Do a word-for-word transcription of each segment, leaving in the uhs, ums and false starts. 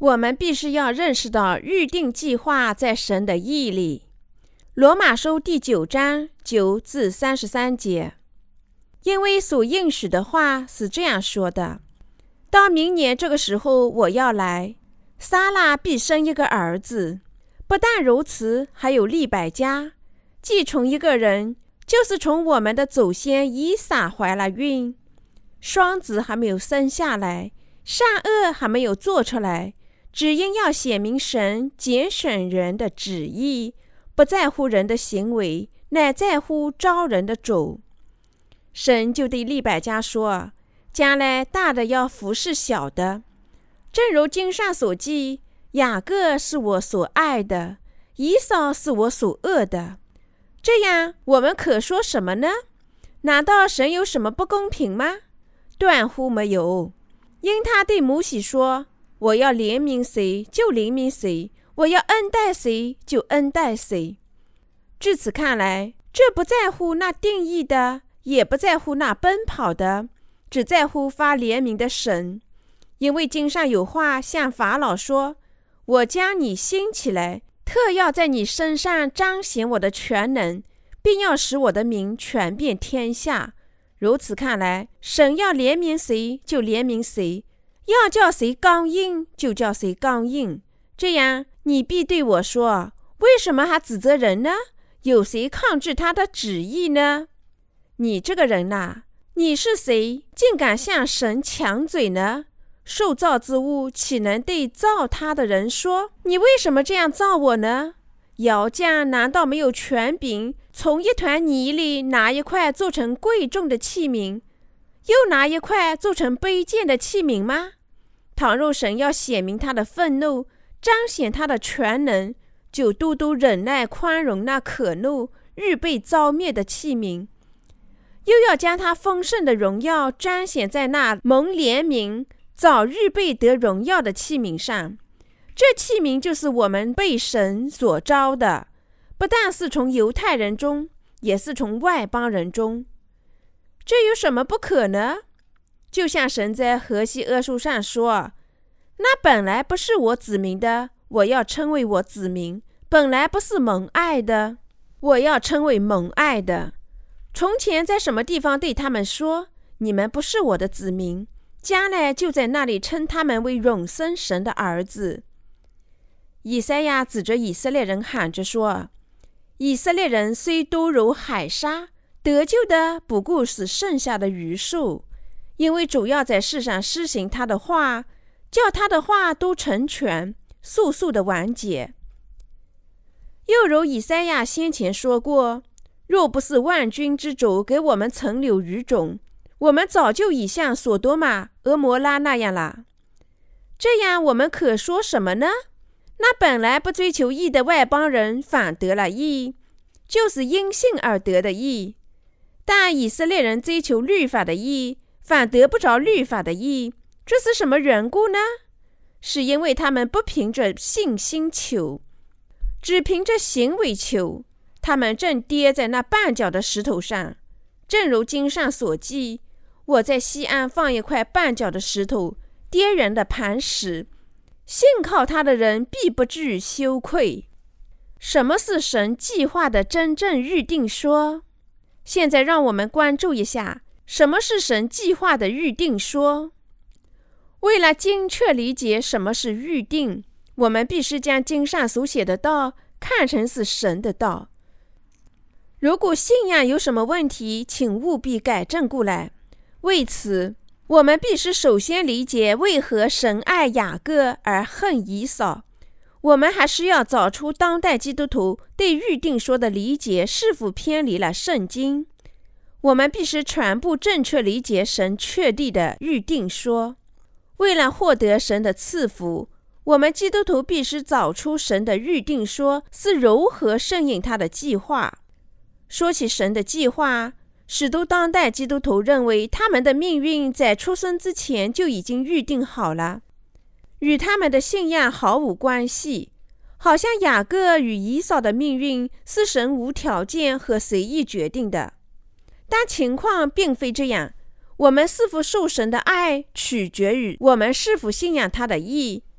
我们必须要认识到预定计划在神的意里。罗马书第九章九至三十三节，因为所应许的话是这样说的：到明年这个时候我要来，撒拉必生一个儿子。不但如此，还有利百加，既从一个人，就是从我们的祖先以撒怀了孕。双子还没有生下来，善恶还没有做出来，只因要显明神拣选人的旨意，不在乎人的行为，乃在乎招人的主。神就对利百加说，将来大的要服侍小的，正如经上所记，雅各是我所爱的，以扫是我所恶的。这样我们可说什么呢？难道神有什么不公平吗？断乎没有。因他对摩西说，我要怜悯谁就怜悯谁，我要恩待谁就恩待谁。至此看来，这不在乎那定义的，也不在乎那奔跑的，只在乎发怜悯的神。因为经上有话向法老说，我将你兴起来，特要在你身上彰显我的全能，并要使我的名传遍天下。如此看来，神要怜悯谁就怜悯谁，要叫谁刚硬就叫谁刚硬。这样你必对我说，为什么还指责人呢？有谁抗拒他的旨意呢？你这个人啊，你是谁，竟敢向神抢嘴呢？受造之物岂能对造他的人说，你为什么这样造我呢？窑匠难道没有权柄从一团泥里拿一块做成贵重的器皿，又拿一块做成卑贱的器皿吗？倘若神要显明他的愤怒，彰显他的全能，就多多忍耐宽容那可怒预备遭灭的器皿，又要将他丰盛的荣耀彰显在那蒙怜悯早预备得荣耀的器皿上。这器皿就是我们被神所招的，不但是从犹太人中，也是从外邦人中。这有什么不可呢？就像神在何西阿书上说，那本来不是我子民的，我要称为我子民；本来不是蒙爱的，我要称为蒙爱的。从前在什么地方对他们说，你们不是我的子民，将来就在那里称他们为永生神的儿子。以赛亚指着以色列人喊着说，以色列人虽多如海沙，得救的不过是剩下的余数，因为主要在世上施行他的话，叫他的话都成全，速速的完结。又如以赛亚先前说过，若不是万军之主给我们存留余种，我们早就已像索多玛、俄摩拉那样了。这样我们可说什么呢？那本来不追求义的外邦人反得了义，就是因信而得的义。但以色列人追求律法的义，反得不着律法的义，这是什么缘故呢？是因为他们不凭着信心求，只凭着行为求，他们正跌在那绊脚的石头上。正如经上所记，我在西安放一块绊脚的石头，跌人的磐石，信靠他的人必不至于羞愧。什么是神计划的真正预定说？现在让我们关注一下，什么是神计划的预定说？为了精确理解什么是预定，我们必须将经上所写的道看成是神的道。如果信仰有什么问题，请务必改正过来。为此，我们必须首先理解为何神爱雅各而恨以扫。我们还是要找出当代基督徒对预定说的理解是否偏离了圣经。我们必须全部正确理解神确立的预定说。为了获得神的赐福，我们基督徒必须找出神的预定说是如何顺应他的计划。说起神的计划，许多当代基督徒认为他们的命运在出生之前就已经预定好了，与他们的信仰毫无关系，好像雅各与以扫的命运是神无条件和随意决定的。但情况并非这样，我们是否受神的爱取决于我们是否信仰他的义。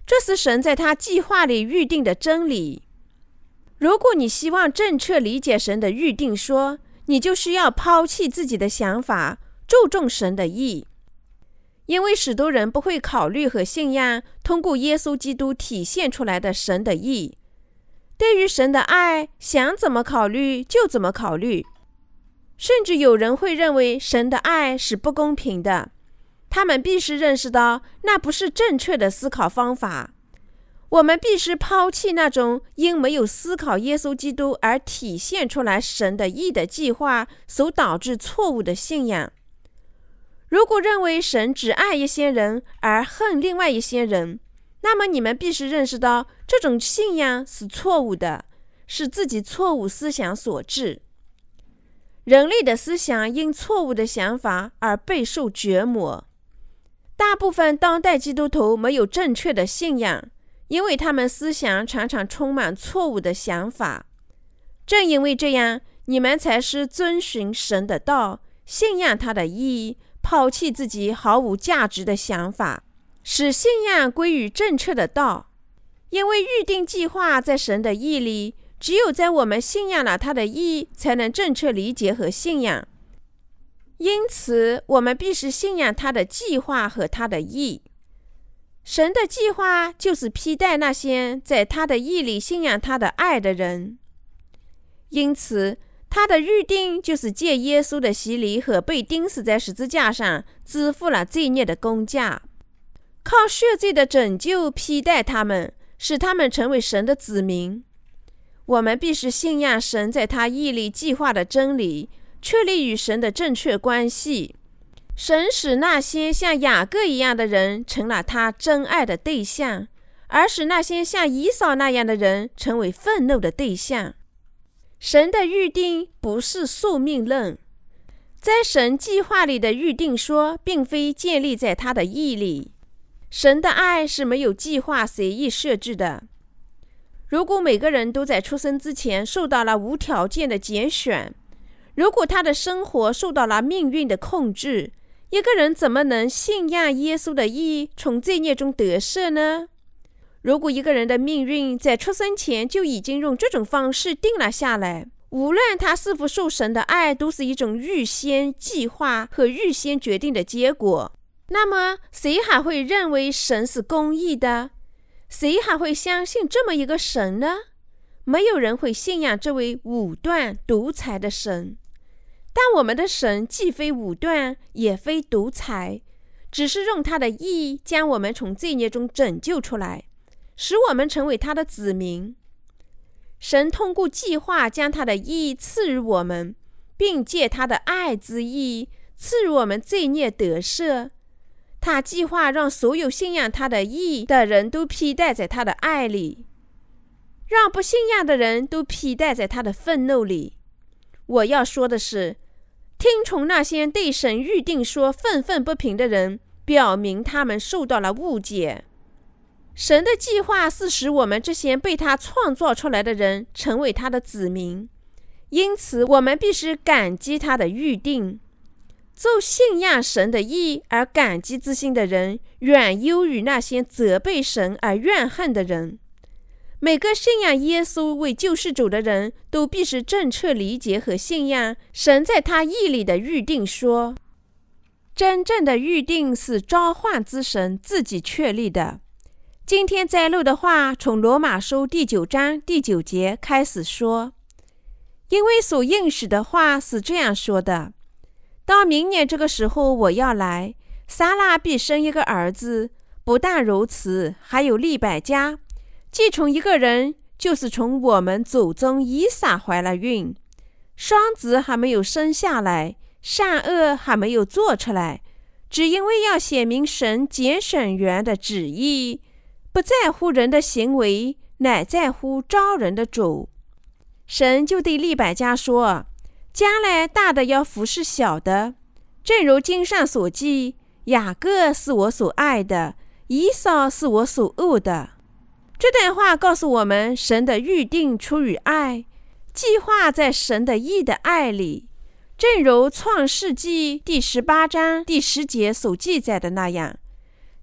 这是神在他计划里预定的真理。如果你希望正确理解神的预定说，你就需要抛弃自己的想法，注重神的意。因为许多人不会考虑和信仰通过耶稣基督体现出来的神的意。对于神的爱，想怎么考虑就怎么考虑。甚至有人会认为神的爱是不公平的，他们必须认识到那不是正确的思考方法。我们必须抛弃那种因没有思考耶稣基督而体现出来神的意的计划所导致错误的信仰。如果认为神只爱一些人而恨另外一些人，那么你们必须认识到这种信仰是错误的，是自己错误思想所致。人类的思想因错误的想法而备受折磨。大部分当代基督徒没有正确的信仰，因为他们思想常常充满错误的想法。正因为这样，你们才是遵循神的道，信仰他的意，抛弃自己毫无价值的想法，使信仰归于正确的道。因为预定计划在神的意里，只有在我们信仰了他的意，才能正确理解和信仰。因此，我们必须信仰他的计划和他的意。神的计划就是披戴那些在他的意里信仰他的爱的人。因此，他的预定就是借耶稣的洗礼和被钉死在十字架上，支付了罪孽的工价，靠血罪的拯救披戴他们，使他们成为神的子民。我们必须信仰神在他意里计划的真理，确立与神的正确关系。神使那些像雅各一样的人成了他真爱的对象，而使那些像以扫那样的人成为愤怒的对象。神的预定不是宿命论，在神计划里的预定说，并非建立在他的意里。神的爱是没有计划随意设置的。如果每个人都在出生之前受到了无条件的拣选，如果他的生活受到了命运的控制，一个人怎么能信仰耶稣的意，从罪孽中得赦呢？如果一个人的命运在出生前就已经用这种方式定了下来，无论他是否受神的爱，都是一种预先计划和预先决定的结果，那么谁还会认为神是公义的？谁还会相信这么一个神呢？没有人会信仰这位武断独裁的神。但我们的神既非武断，也非独裁，只是用他的义将我们从罪孽中拯救出来，使我们成为他的子民。神通过计划将他的义赐予我们，并借他的爱之义赐予我们罪孽得赦。他计划让所有信仰他的义的人都披戴在他的爱里，让不信仰的人都披戴在他的愤怒里。我要说的是，听从那些对神预定说愤愤不平的人，表明他们受到了误解。神的计划是使我们这些被他创造出来的人成为他的子民，因此我们必须感激他的预定。做信仰神的义而感激之心的人，远优于那些责备神而怨恨的人。每个信仰耶稣为救世主的人都必须正确理解和信仰神在他意里的预定说。真正的预定是召唤之神自己确立的。今天摘录的话从罗马书第九章第九节开始说，因为所应许的话是这样说的，到明年这个时候我要来，撒拉必生一个儿子，不但如此，还有利百加，既从一个人，就是从我们祖宗以撒怀了孕。双子还没有生下来，善恶还没有做出来，只因为要显明神拣选人的旨意，不在乎人的行为，乃在乎招人的主。神就对利百加说，将来大的要服侍小的，正如经上所记，雅各是我所爱的，以扫是我所恶的。这段话告诉我们，神的预定出于爱，计划在神的义的爱里，正如创世纪第十八章第十节所记载的那样，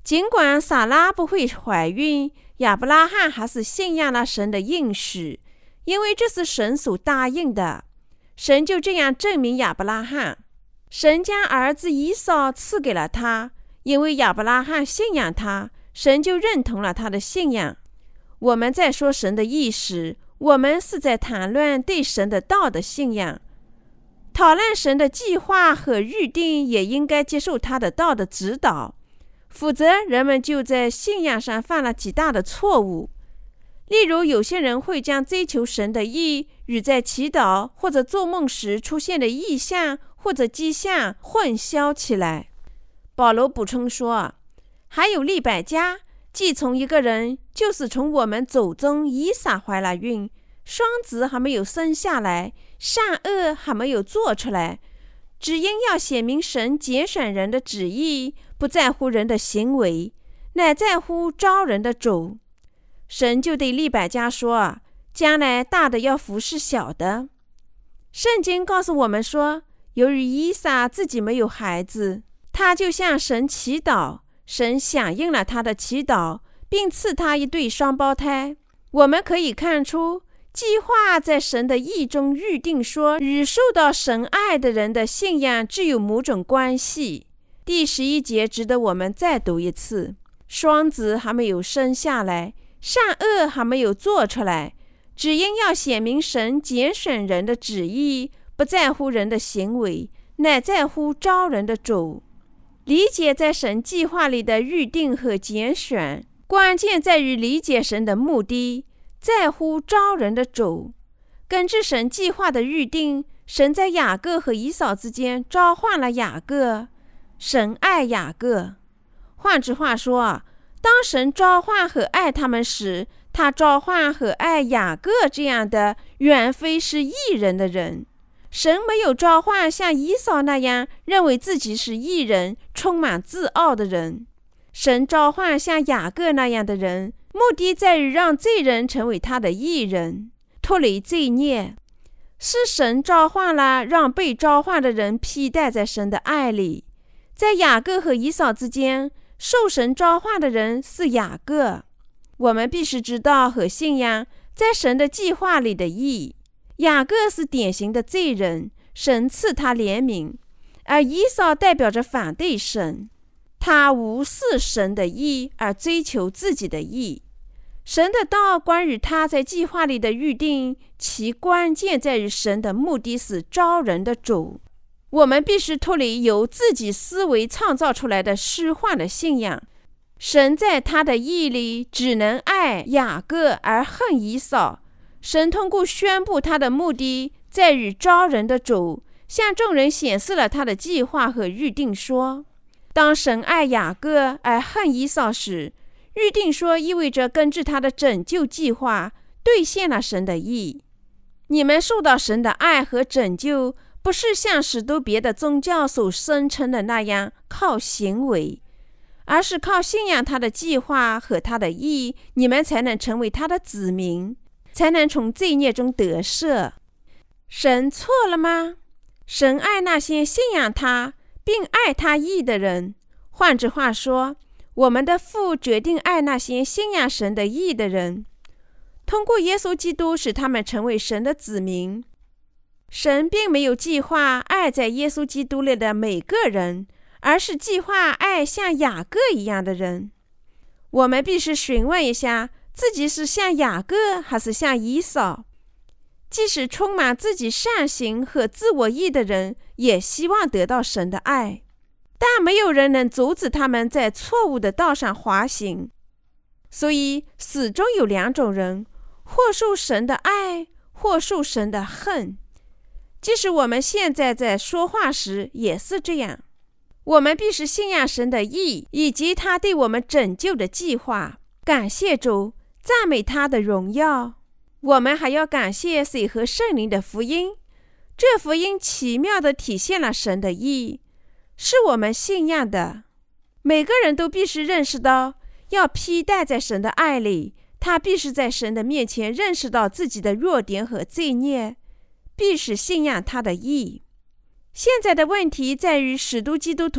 尽管撒拉不会怀孕，亚伯拉罕还是信仰了神的应许，因为这是神所答应的。神就这样证明亚伯拉罕，神将儿子以扫赐给了他，因为亚伯拉罕信仰他，神就认同了他的信仰。我们在说神的意时，我们是在谈论对神的道的信仰。讨论神的计划和预定，也应该接受他的道的指导，否则人们就在信仰上犯了极大的错误。例如，有些人会将追求神的意与在祈祷或者做梦时出现的意象或者迹象混淆起来。保罗补充说，还有利百加，既从一个人，就是从我们祖宗以撒怀了孕，双子还没有生下来，善恶还没有做出来，只因要显明神拣选人的旨意，不在乎人的行为，乃在乎招人的主。神就对利百加说，将来大的要服侍小的。圣经告诉我们说，由于以撒自己没有孩子，他就向神祈祷，神响应了他的祈祷，并赐他一对双胞胎。我们可以看出，计划在神的意中预定说，与受到神爱的人的信仰具有某种关系。第十一节值得我们再读一次，双子还没有生下来，善恶还没有做出来，只因要显明神拣选人的旨意，不在乎人的行为，乃在乎招人的主。理解在神计划里的预定和拣选，关键在于理解神的目的，在乎招人的主。根据神计划的预定，神在雅各和以扫之间召唤了雅各，神爱雅各。换句话说，当神召唤和爱他们时，他召唤和爱雅各这样的远非是义人的人。神没有召唤像以扫那样认为自己是义人、充满自傲的人。神召唤像雅各那样的人，目的在于让罪人成为他的义人，脱离罪孽。是神召唤了让被召唤的人披戴在神的爱里。在雅各和以扫之间，受神召唤的人是雅各。我们必须知道和信仰在神的计划里的义。雅各是典型的罪人，神赐他怜悯，而以扫代表着反对神，他无视神的义而追求自己的义。神的道关于他在计划里的预定，其关键在于神的目的是招人的主。我们必须脱离由自己思维创造出来的虚幻的信仰。神在他的义里只能爱雅各而恨以扫。神通过宣布他的目的在于招人的主，向众人显示了他的计划和预定说。当神爱雅各而恨以扫时，预定说意味着根据他的拯救计划兑现了神的意。你们受到神的爱和拯救，不是像许多别的宗教所声称的那样靠行为，而是靠信仰他的计划和他的意，你们才能成为他的子民，才能从罪孽中得赦。神错了吗？神爱那些信仰他并爱他义的人。换句话说，我们的父决定爱那些信仰神的义的人，通过耶稣基督使他们成为神的子民。神并没有计划爱在耶稣基督里的每个人，而是计划爱像雅各一样的人。我们必须询问一下自己，是像雅各还是像以扫。即使充满自己善行和自我义的人，也希望得到神的爱，但没有人能阻止他们在错误的道上滑行。所以始终有两种人，或受神的爱，或受神的恨。即使我们现在在说话时也是这样。我们必须信仰神的义，以及他对我们拯救的计划，感谢主，赞美他的荣耀。我们还要感谢水和圣灵的福音，这福音奇妙地体现了神的义，是我们信仰的。每个人都必须认识到，要披戴在神的爱里，他必须在神的面前认识到自己的弱点和罪孽，必须信仰他的义。现在的问题在于，许多基督徒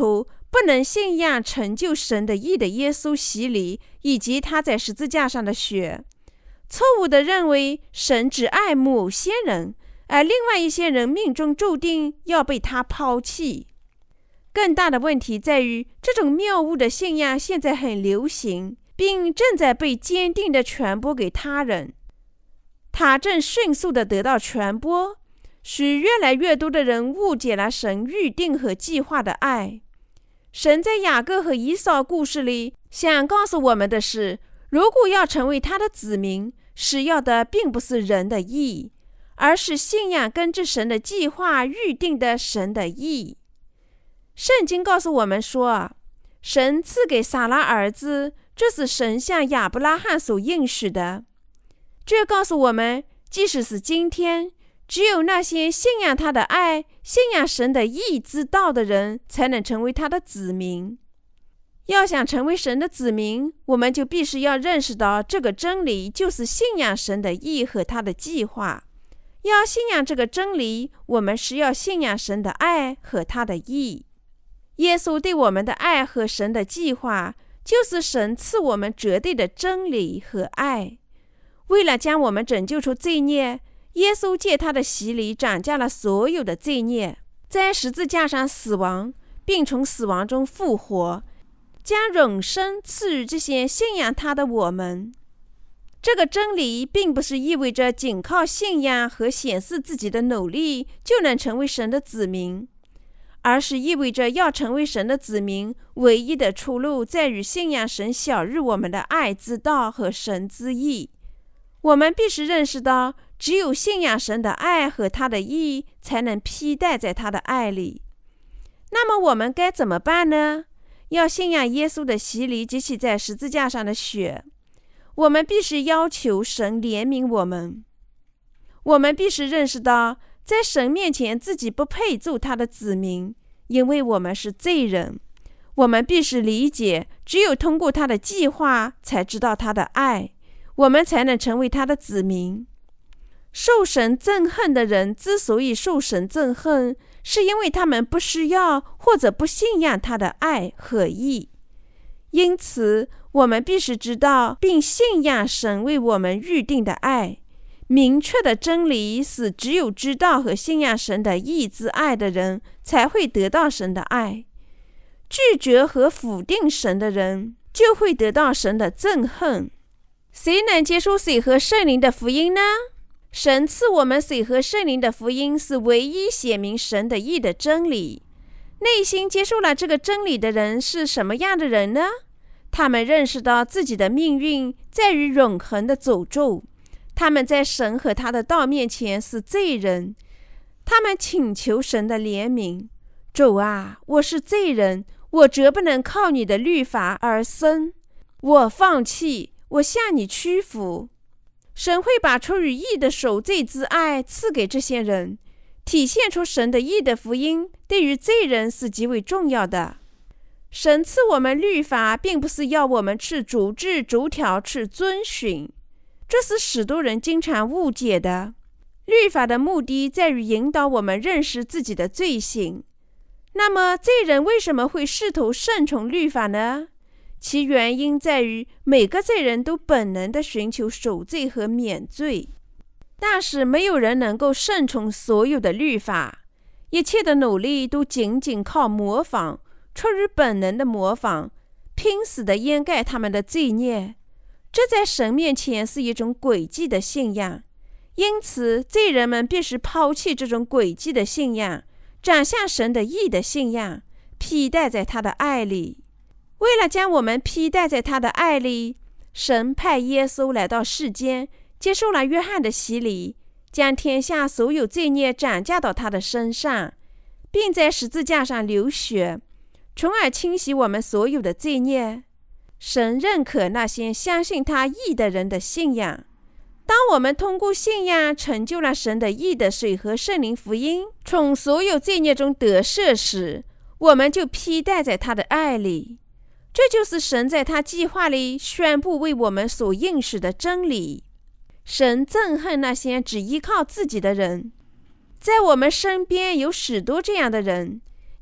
不能信仰成就神的义的耶稣洗礼以及他在十字架上的血，错误地认为神只爱某些人，而另外一些人命中注定要被他抛弃。更大的问题在于，这种谬误的信仰现在很流行，并正在被坚定地传播给他人。它正迅速地得到传播，使越来越多的人误解了神预定和计划的爱。神在雅各和以扫故事里想告诉我们的是，如果要成为他的子民，是要的并不是人的义，而是信仰根据神的计划预定的神的义。圣经告诉我们说，神赐给撒拉儿子，这是神向亚伯拉罕所应许的。这告诉我们，即使是今天，只有那些信仰他的爱、信仰神的义之道的人，才能成为他的子民。要想成为神的子民，我们就必须要认识到这个真理，就是信仰神的义和他的计划。要信仰这个真理，我们是要信仰神的爱和他的义。耶稣对我们的爱和神的计划，就是神赐我们绝对的真理和爱。为了将我们拯救出罪孽，耶稣借他的洗礼斩下了所有的罪孽，在十字架上死亡，并从死亡中复活，将永生赐予这些信仰他的我们。这个真理并不是意味着仅靠信仰和显示自己的努力就能成为神的子民，而是意味着要成为神的子民，唯一的出路在于信仰神晓谕我们的爱之道和神之义。我们必须认识到，只有信仰神的爱和他的义，才能披戴在他的爱里。那么我们该怎么办呢？要信仰耶稣的洗礼及其在十字架上的血。我们必须要求神怜悯我们。我们必须认识到，在神面前自己不配做他的子民，因为我们是罪人。我们必须理解，只有通过他的计划，才知道他的爱，我们才能成为他的子民。受神憎恨的人之所以受神憎恨，是因为他们不需要或者不信仰他的爱和义。因此，我们必须知道并信仰神为我们预定的爱。明确的真理是，只有知道和信仰神的义之爱的人，才会得到神的爱。拒绝和否定神的人，就会得到神的憎恨。谁能接受水和圣灵的福音呢？神赐我们水和圣灵的福音，是唯一显明神的义的真理。内心接受了这个真理的人是什么样的人呢？他们认识到自己的命运在于永恒的诅咒，他们在神和他的道面前是罪人，他们请求神的怜悯。主啊，我是罪人，我绝不能靠你的律法而生，我放弃，我向你屈服。神会把出于义的守罪之爱赐给这些人，体现出神的义的福音对于罪人是极为重要的。神赐我们律法，并不是要我们去逐字逐条去遵循，这是许多人经常误解的。律法的目的在于引导我们认识自己的罪行。那么罪人为什么会试图顺从律法呢？其原因在于每个罪人都本能地寻求守罪和免罪，但是没有人能够顺从所有的律法，一切的努力都仅仅靠模仿，出于本能的模仿，拼死地掩盖他们的罪孽。这在神面前是一种诡计的信仰，因此罪人们必须抛弃这种诡计的信仰，转向神的义的信仰，披戴在他的爱里。为了将我们披戴在他的爱里，神派耶稣来到世间，接受了约翰的洗礼，将天下所有罪孽转嫁到他的身上，并在十字架上流血，从而清洗我们所有的罪孽。神认可那些相信他义的人的信仰。当我们通过信仰成就了神的义的水和圣灵福音，从所有罪孽中得赦时，我们就披戴在他的爱里。这就是神在他计划里宣布为我们所应许的真理。神憎恨那些只依靠自己的人。在我们身边有许多这样的人，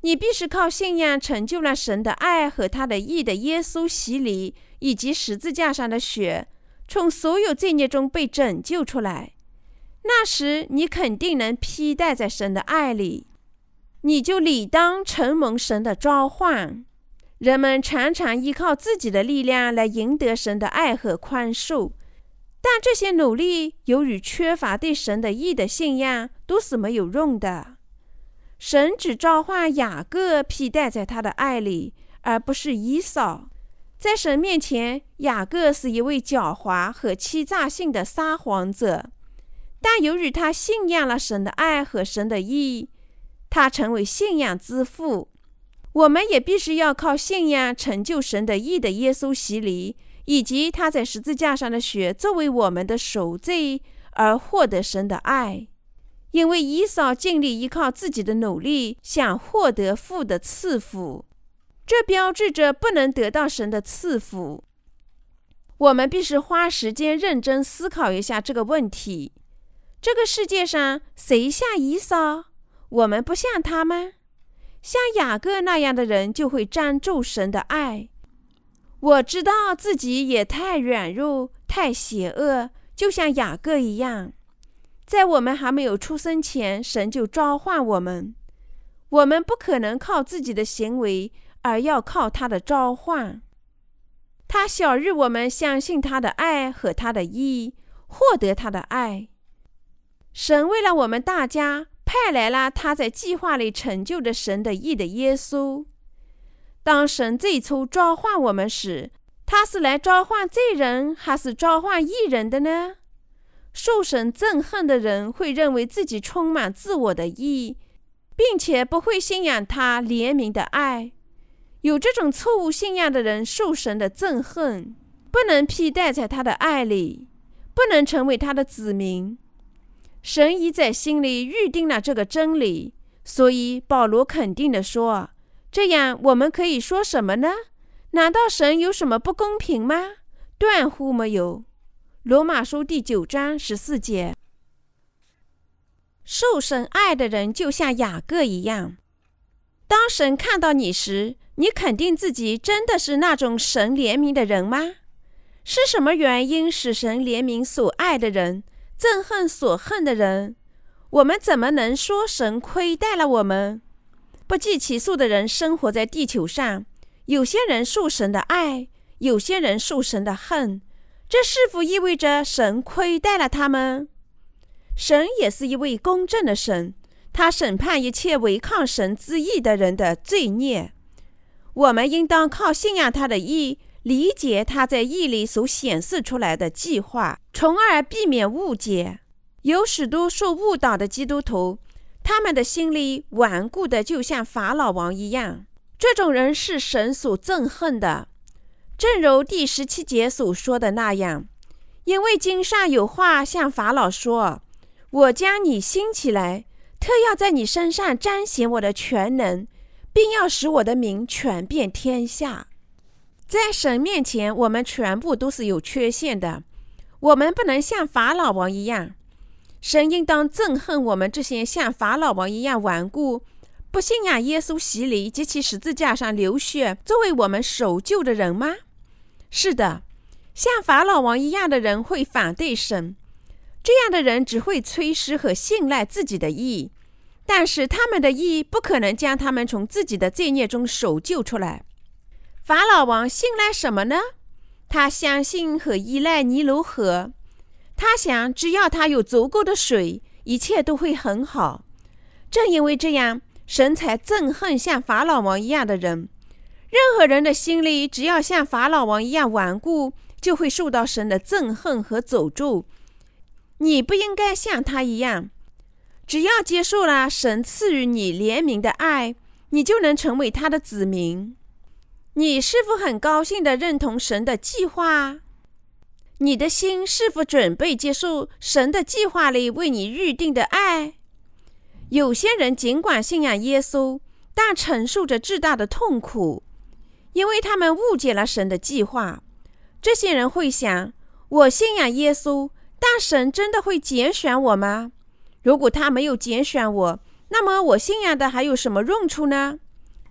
你必是靠信仰成就了神的爱和他的义的耶稣洗礼，以及十字架上的血，从所有罪孽中被拯救出来。那时你肯定能披戴在神的爱里，你就理当承蒙神的召唤。人们常常依靠自己的力量来赢得神的爱和宽恕，但这些努力由于缺乏对神的义的信仰，都是没有用的。神只召唤雅各披戴在他的爱里，而不是以扫。在神面前，雅各是一位狡猾和欺诈性的撒谎者，但由于他信仰了神的爱和神的义，他成为信仰之父。我们也必须要靠信仰成就神的义的耶稣洗礼，以及他在十字架上的血作为我们的赎罪，而获得神的爱。因为以扫尽力依靠自己的努力，想获得父的赐福，这标志着不能得到神的赐福。我们必须花时间认真思考一下这个问题。这个世界上谁像以扫？我们不像他吗？像雅各那样的人就会沾住神的爱。我知道自己也太软弱，太邪恶，就像雅各一样。在我们还没有出生前，神就召唤我们。我们不可能靠自己的行为，而要靠他的召唤。他晓日我们相信他的爱和他的义，获得他的爱。神为了我们大家，派来了他在计划里成就的神的义的耶稣。当神最初召唤我们时，他是来召唤罪人还是召唤义人的呢？受神憎恨的人会认为自己充满自我的义，并且不会信仰他怜悯的爱。有这种错误信仰的人受神的憎恨，不能披戴在他的爱里，不能成为他的子民。神已在心里预定了这个真理，所以保罗肯定地说，这样我们可以说什么呢？难道神有什么不公平吗？断乎没有。罗马书第九章十四节。受神爱的人就像雅各一样，当神看到你时，你肯定自己真的是那种神怜悯的人吗？是什么原因使神怜悯所爱的人，憎恨所恨的人？我们怎么能说神亏待了我们？不计其数的人生活在地球上，有些人受神的爱，有些人受神的恨，这是否意味着神亏待了他们？神也是一位公正的神，他审判一切违抗神之义的人的罪孽。我们应当靠信仰他的义，理解他在义里所显示出来的计划，从而避免误解。有许多受误导的基督徒，他们的心里顽固的就像法老王一样，这种人是神所憎恨的。正如第十七节所说的那样，因为经上有话向法老说，我将你兴起来，特要在你身上彰显我的全能，并要使我的名传遍天下。在神面前，我们全部都是有缺陷的，我们不能像法老王一样。神应当憎恨我们这些像法老王一样顽固，不信仰耶稣洗礼及其十字架上流血作为我们守旧的人吗？是的，像法老王一样的人会反对神，这样的人只会吹嘘和信赖自己的义，但是他们的义不可能将他们从自己的罪孽中守救出来。法老王信赖什么呢？他相信和依赖尼罗河，他想只要他有足够的水，一切都会很好。正因为这样，神才憎恨像法老王一样的人。任何人的心里只要像法老王一样顽固，就会受到神的憎恨和诅咒。你不应该像他一样，只要接受了神赐予你怜悯的爱，你就能成为他的子民。你是否很高兴地认同神的计划？你的心是否准备接受神的计划里为你预定的爱？有些人尽管信仰耶稣，但承受着巨大的痛苦，因为他们误解了神的计划。这些人会想，我信仰耶稣，但神真的会拣选我吗？如果他没有拣选我，那么我信仰的还有什么用处呢？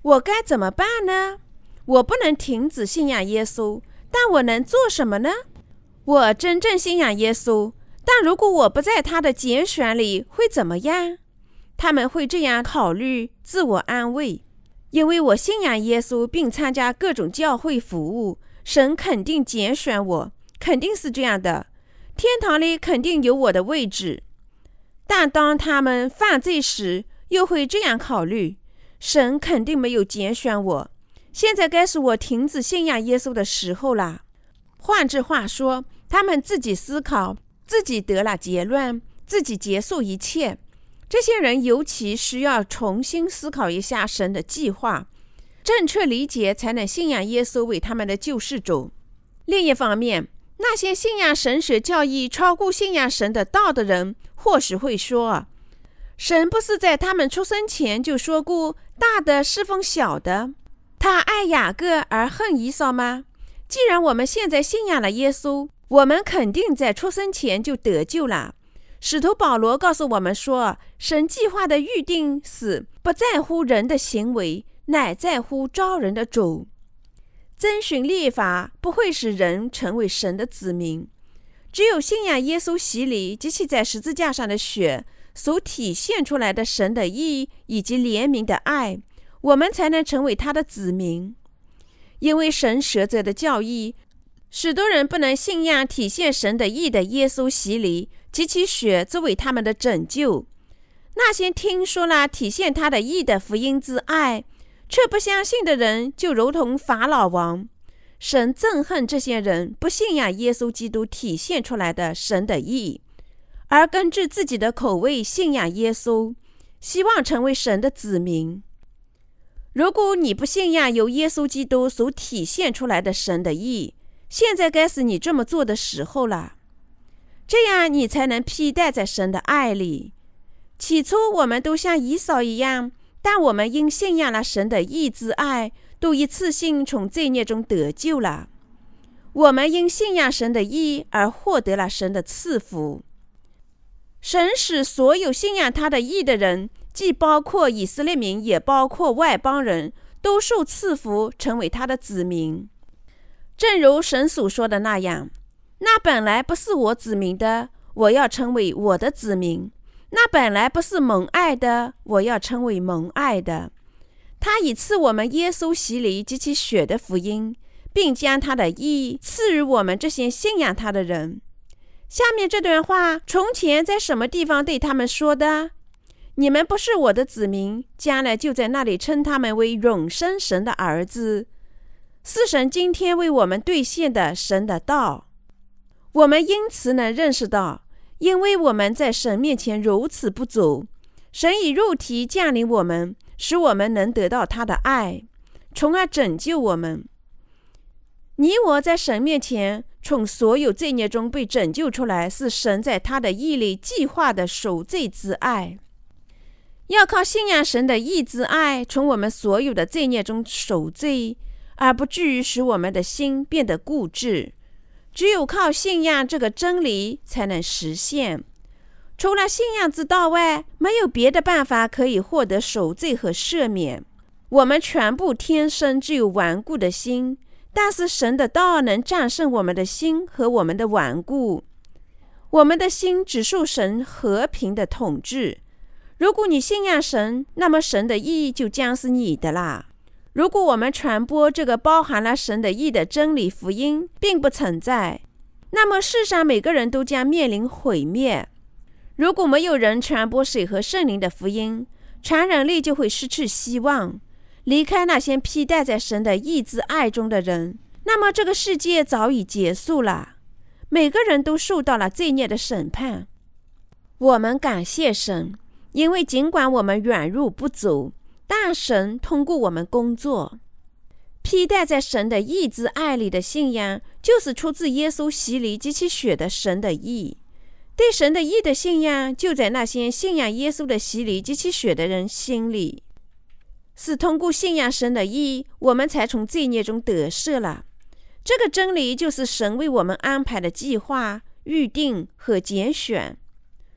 我该怎么办呢？我不能停止信仰耶稣，但我能做什么呢？我真正信仰耶稣，但如果我不在他的拣选里，会怎么样？他们会这样考虑，自我安慰。因为我信仰耶稣并参加各种教会服务，神肯定拣选我，肯定是这样的。天堂里肯定有我的位置。但当他们犯罪时，又会这样考虑，神肯定没有拣选我，现在该是我停止信仰耶稣的时候了。换句话说，他们自己思考，自己得了结论，自己结束一切。这些人尤其需要重新思考一下神的计划，正确理解，才能信仰耶稣为他们的救世主。另一方面，那些信仰神学教义超过信仰神的道的人，或许会说，神不是在他们出生前就说过大的侍奉小的，他爱雅各而恨以扫吗？既然我们现在信仰了耶稣，我们肯定在出生前就得救了。使徒保罗告诉我们说，神计划的预定是不在乎人的行为，乃在乎招人的主。遵循律法不会使人成为神的子民，只有信仰耶稣洗礼及其在十字架上的血所体现出来的神的义以及怜悯的爱，我们才能成为他的子民。因为神舍者的教义，许多人不能信仰体现神的义的耶稣洗礼及其血作为他们的拯救。那些听说了体现他的义的福音之爱，却不相信的人，就如同法老王。神憎恨这些人不信仰耶稣基督体现出来的神的义，而根据自己的口味信仰耶稣，希望成为神的子民。如果你不信仰由耶稣基督所体现出来的神的义，现在该是你这么做的时候了。这样你才能披戴在神的爱里。起初我们都像以扫一样，但我们因信仰了神的义之爱，都一次性从罪孽中得救了。我们因信仰神的义而获得了神的赐福。神使所有信仰他的义的人，既包括以色列民，也包括外邦人，都受赐福，成为他的子民。正如神所说的那样，那本来不是我子民的，我要成为我的子民；那本来不是蒙爱的，我要成为蒙爱的。他已赐我们耶稣洗礼及其血的福音，并将他的义赐予我们这些信仰他的人。下面这段话从前在什么地方对他们说的？你们不是我的子民，将来就在那里称他们为永生神的儿子。是神今天为我们兑现的神的道。我们因此能认识到，因为我们在神面前如此不足，神以肉体降临我们，使我们能得到他的爱，从而拯救我们。你我在神面前从所有罪孽中被拯救出来，是神在他的义里计划的赎罪之爱。要靠信仰神的义之爱，从我们所有的罪孽中赎罪，而不至于使我们的心变得固执。只有靠信仰这个真理才能实现。除了信仰之道外，没有别的办法可以获得赎罪和赦免。我们全部天生只有顽固的心，但是神的道能战胜我们的心和我们的顽固。我们的心只受神和平的统治。如果你信仰神，那么神的义就将是你的啦。如果我们传播这个包含了神的义的真理福音并不存在，那么世上每个人都将面临毁灭。如果没有人传播水和圣灵的福音，全人类就会失去希望，离开那些披戴在神的义之爱中的人，那么这个世界早已结束了，每个人都受到了罪孽的审判。我们感谢神，因为尽管我们软弱不足，但神通过我们工作。披戴在神的义之爱里的信仰，就是出自耶稣洗礼及其血的神的义。对神的义的信仰，就在那些信仰耶稣的洗礼及其血的人心里。是通过信仰神的义，我们才从罪孽中得赦了。这个真理就是神为我们安排的计划、预定和拣选。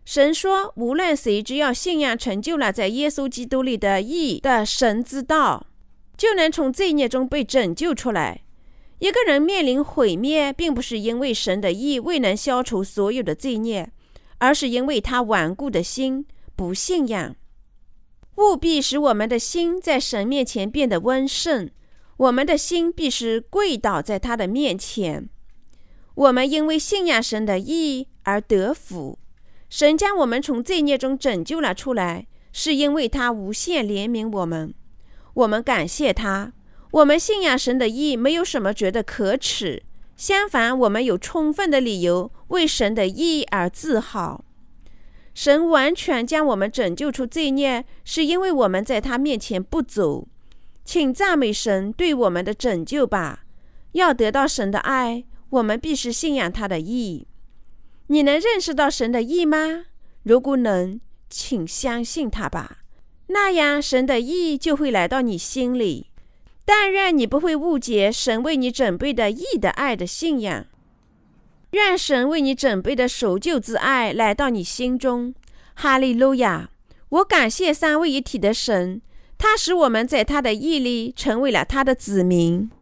神说，无论谁只要信仰成就了在耶稣基督里的义的神之道，就能从罪孽中被拯救出来。一个人面临毁灭，并不是因为神的义未能消除所有的罪孽，而是因为他顽固的心不信仰。务必使我们的心在神面前变得温顺，我们的心必是跪倒在他的面前。我们因为信仰神的义而得福，神将我们从罪孽中拯救了出来，是因为他无限怜悯我们。我们感谢他，我们信仰神的义没有什么觉得可耻，相反，我们有充分的理由为神的义而自豪。神完全将我们拯救出罪孽，是因为我们在他面前不走。请赞美神对我们的拯救吧。要得到神的爱，我们必须信仰他的义。你能认识到神的义吗？如果能，请相信他吧，那样神的义就会来到你心里。但愿你不会误解神为你准备的义的爱的信仰。愿神为你准备的守旧之爱来到你心中。哈利路亚！我感谢三位一体的神，他使我们在他的义里成为了他的子民。